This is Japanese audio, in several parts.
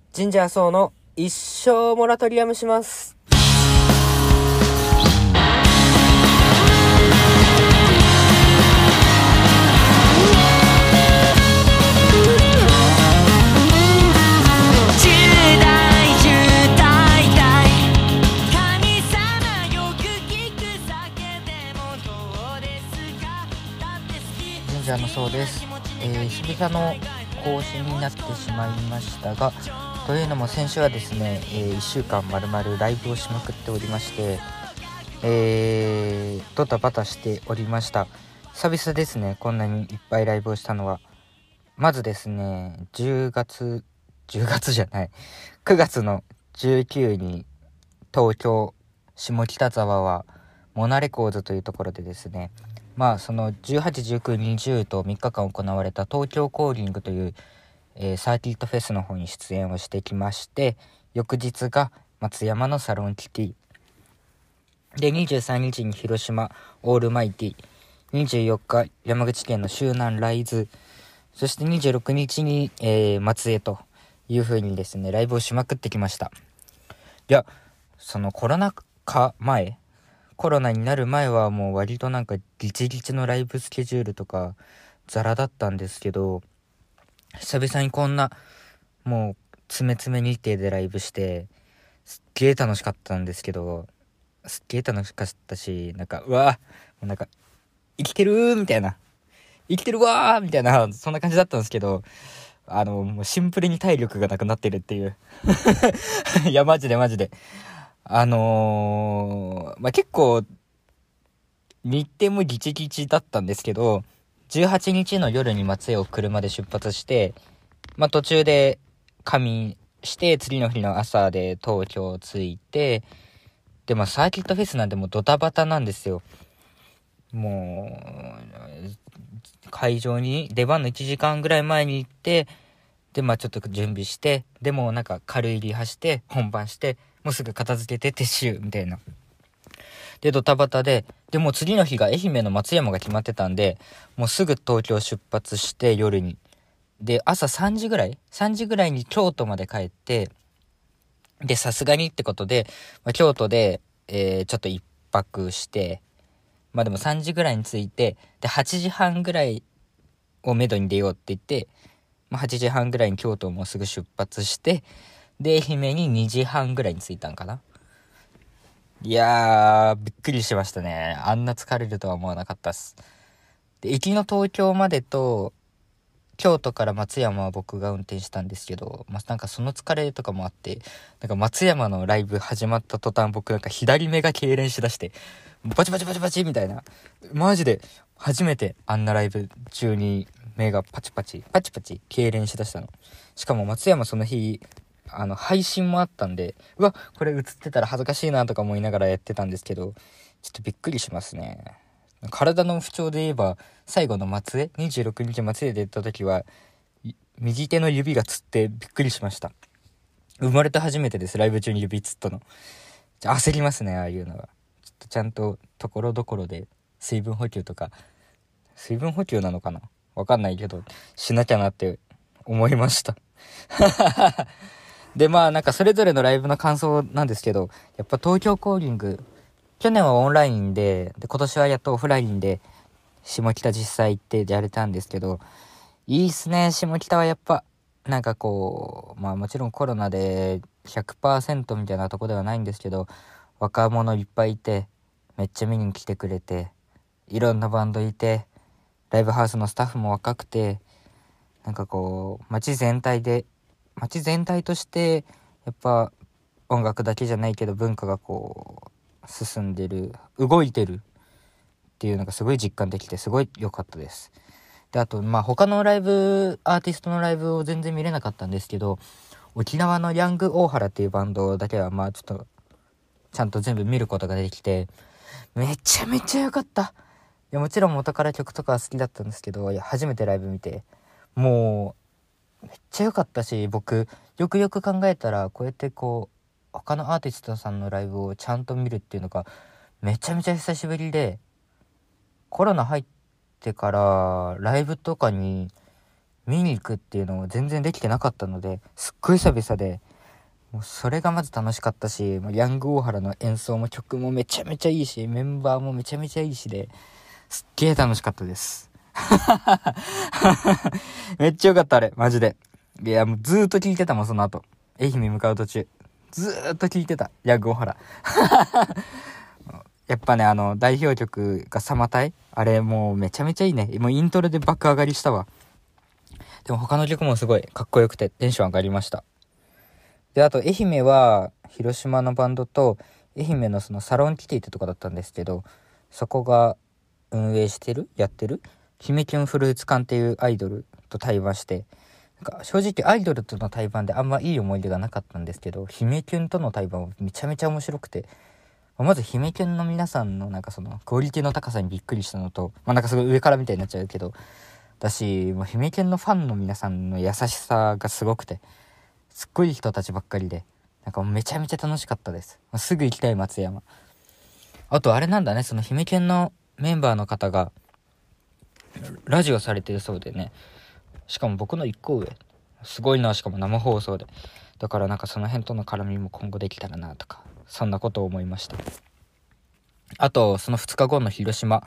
ジンジャーソーの一生モラトリアムします。ジンジャーのソーです。久々の更新になってしまいましたが、というのも先週はですね、1週間まるまるライブをしまくっておりまして、ドタバタしておりました。久々ですね、こんなにいっぱいライブをしたのは。まずですね、9月の19に東京下北沢はモナレコーズというところでですね、その18、19、20と3日間行われた東京コーリングという、サーキットフェスの方に出演をしてきまして、翌日が松山のサロンキティで、23日に広島オールマイティ、24日山口県の周南ライズ、そして26日に、松江という風にですねライブをしまくってきました。いや、そのコロナになる前はもう割となんかギチギチのライブスケジュールとかザラだったんですけど、久々にこんなもう詰め詰め日程でライブしてすっげー楽しかったんですけど、すっげー楽しかったし、なんかもうなんか生きてるーみたいな、生きてるわーみたいな、そんな感じだったんですけど、もうシンプルに体力がなくなってるっていういやマジで結構日程もギチギチだったんですけど、18日の夜に松江を車で出発して、途中で仮眠して次の日の朝で東京着いて、でサーキットフェスなんてもうドタバタなんですよ。もう会場に出番の1時間ぐらい前に行って、でちょっと準備して、でもなんか軽いリハして本番して、もうすぐ片付けて撤収みたいなでドタバタで、もう次の日が愛媛の松山が決まってたんで、もうすぐ東京出発して夜に、で朝3時ぐらいに京都まで帰って、でさすがにってことで、京都で、ちょっと一泊して、でも3時ぐらいに着いて、で8時半ぐらいをめどに出ようって言って、8時半ぐらいに京都をもうすぐ出発して、で愛媛に2時半ぐらいに着いたんかな。いやー、びっくりしましたね。あんな疲れるとは思わなかったっす。で、行きの東京までと、京都から松山は僕が運転したんですけど、なんかその疲れとかもあって、なんか松山のライブ始まった途端、僕なんか左目が痙攣しだして、バチバチバチバチみたいな。マジで、初めてあんなライブ中に目がパチパチ痙攣しだしたの。しかも松山その日、配信もあったんで、これ映ってたら恥ずかしいなとか思いながらやってたんですけど、ちょっとびっくりしますね。体の不調で言えば、最後の26日松江で行った時は、右手の指がつってびっくりしました。生まれて初めてです、ライブ中に指つったの。焦りますね、ああいうのは。ちょっとちゃんとところどころで水分補給なのかな、わかんないけどしなきゃなって思いましたでなんかそれぞれのライブの感想なんですけど、やっぱ東京コーリング、去年はオンラインで今年はやっとオフラインで下北実際行ってやれたんですけど、いいっすね。下北はやっぱなんかこう、もちろんコロナで 100% みたいなとこではないんですけど、若者いっぱいいて、めっちゃ見に来てくれて、いろんなバンドいて、ライブハウスのスタッフも若くて、なんかこう街全体としてやっぱ音楽だけじゃないけど文化がこう進んでる、動いてるっていうのがすごい実感できて、すごい良かったです。であと他のライブアーティストのライブを全然見れなかったんですけど、沖縄のヤング大原っていうバンドだけはちょっとちゃんと全部見ることができて、めちゃめちゃ良かった。いやもちろん元から曲とかは好きだったんですけど、初めてライブ見てもうめっちゃ良かったし、僕よくよく考えたらこうやってこう他のアーティストさんのライブをちゃんと見るっていうのがめちゃめちゃ久しぶりで、コロナ入ってからライブとかに見に行くっていうのを全然できてなかったので、すっごい久々で、もうそれがまず楽しかったし、ヤング大原の演奏も曲もめちゃめちゃいいし、メンバーもめちゃめちゃいいしで、すっげえ楽しかったですめっちゃよかったあれマジで。いやもうずーっと聴いてたもん。その後愛媛向かう途中ずーっと聴いてたヤング大原やっぱね代表曲がサマタイ、あれもうめちゃめちゃいいね。もうイントロで爆上がりしたわ。でも他の曲もすごいかっこよくてテンション上がりました。であと愛媛は広島のバンドと愛媛のそのサロンキティってとこだったんですけど、そこが運営してるやってる姫キュンフルーツ館っていうアイドルと対バンして、なんか正直アイドルとの対バンであんまいい思い出がなかったんですけど、姫キュンとの対バンはめちゃめちゃ面白くて、まず姫キュンの皆さんのなんかそのクオリティの高さにびっくりしたのと、なんかすごい上からみたいになっちゃうけどだし、もう姫キュンのファンの皆さんの優しさがすごくて、すっごい人たちばっかりで、なんかめちゃめちゃ楽しかったです。すぐ行きたい松山。あとあれなんだね、その姫キュンのメンバーの方がラジオされてるそうでね、しかも僕の1個上、すごいな。しかも生放送で、だからなんかその辺との絡みも今後できたらなとか、そんなことを思いました。あとその2日後の広島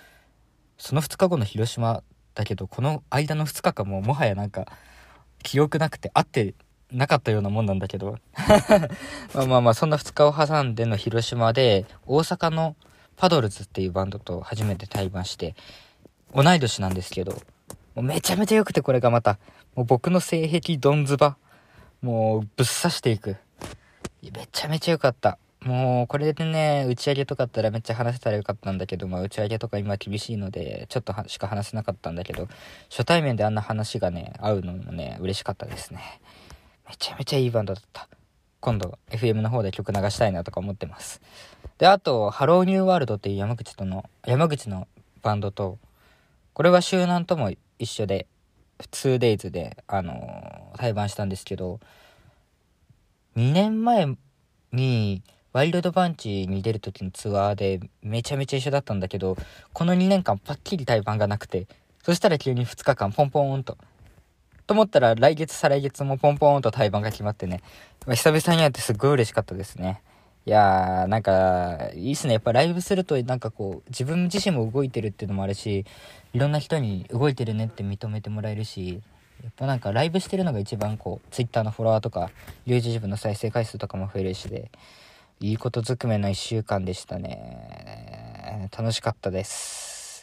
だけど、この間の2日間もはやなんか記憶なくて会ってなかったようなもんなんだけどまあそんな2日を挟んでの広島で、大阪のパドルズっていうバンドと初めて対バンして、同い年なんですけど、もうめちゃめちゃ良くて、これがまたもう僕の性癖ドンズバもうぶっ刺していく。めちゃめちゃ良かった。もうこれでね、打ち上げとかあったらめっちゃ話せたらよかったんだけど、打ち上げとか今厳しいのでちょっとしか話せなかったんだけど、初対面であんな話がね合うのもね嬉しかったですね。めちゃめちゃいいバンドだった。今度 FM の方で曲流したいなとか思ってます。であとハローニューワールドっていう山口のバンドと、これは周南とも一緒で 2days で対バンしたんですけど、2年前にワイルドバンチに出る時のツアーでめちゃめちゃ一緒だったんだけど、この2年間パッキリ対バンがなくて、そしたら急に2日間ポンポーンと思ったら、来月再来月もポンポーンと対バンが決まってね、久々に会ってすっごい嬉しかったですね。いやーなんかいいっすね。やっぱライブするとなんかこう自分自身も動いてるっていうのもあるし、いろんな人に動いてるねって認めてもらえるし、やっぱなんかライブしてるのが一番こう Twitter のフォロワーとか YouTube の再生回数とかも増えるしで、いいことずくめの1週間でしたね。楽しかったです。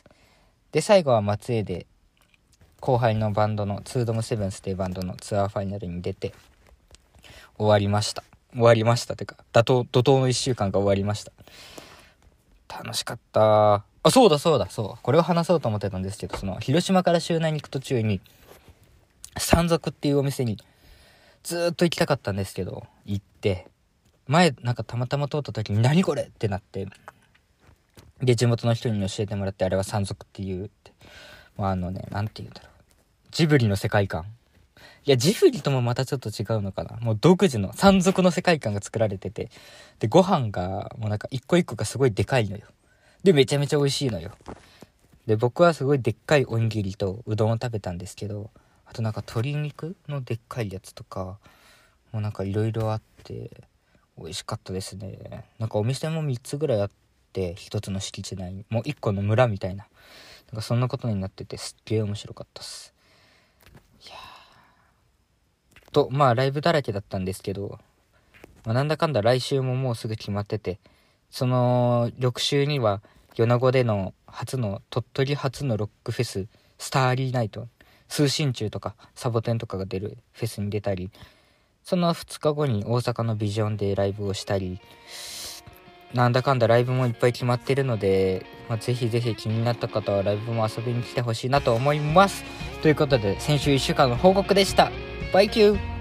で最後は松江で後輩のバンドのツードムセブンスっていうバンドのツアーファイナルに出て終わりましたってか怒涛の1週間が終わりました。楽しかった。そうこれを話そうと思ってたんですけど、その広島から周南に行く途中に山賊っていうお店にずっと行きたかったんですけど、行って前なんかたまたま通った時に何これってなって、で地元の人に教えてもらって、あれは山賊っていうって、なんて言うんだろう、ジブリの世界観、いやジブリともまたちょっと違うのかな、もう独自の山賊の世界観が作られてて、でご飯がもうなんか一個一個がすごいでかいのよ。でめちゃめちゃ美味しいのよ。で僕はすごいでっかいおにぎりとうどんを食べたんですけど、あとなんか鶏肉のでっかいやつとかもうなんかいろいろあって美味しかったですね。なんかお店も3つぐらいあって、1つの敷地内にもう1個の村みたいな、なんかそんなことになっててすっげえ面白かったっす。いやとライブだらけだったんですけど、なんだかんだ来週ももうすぐ決まってて、その翌週には米子での鳥取初のロックフェススターリーナイト、通信中とかサボテンとかが出るフェスに出たり、その2日後に大阪のビジョンでライブをしたり、なんだかんだライブもいっぱい決まってるので、ぜひぜひ気になった方はライブも遊びに来てほしいなと思います。ということで先週1週間の報告でした。バイキュー。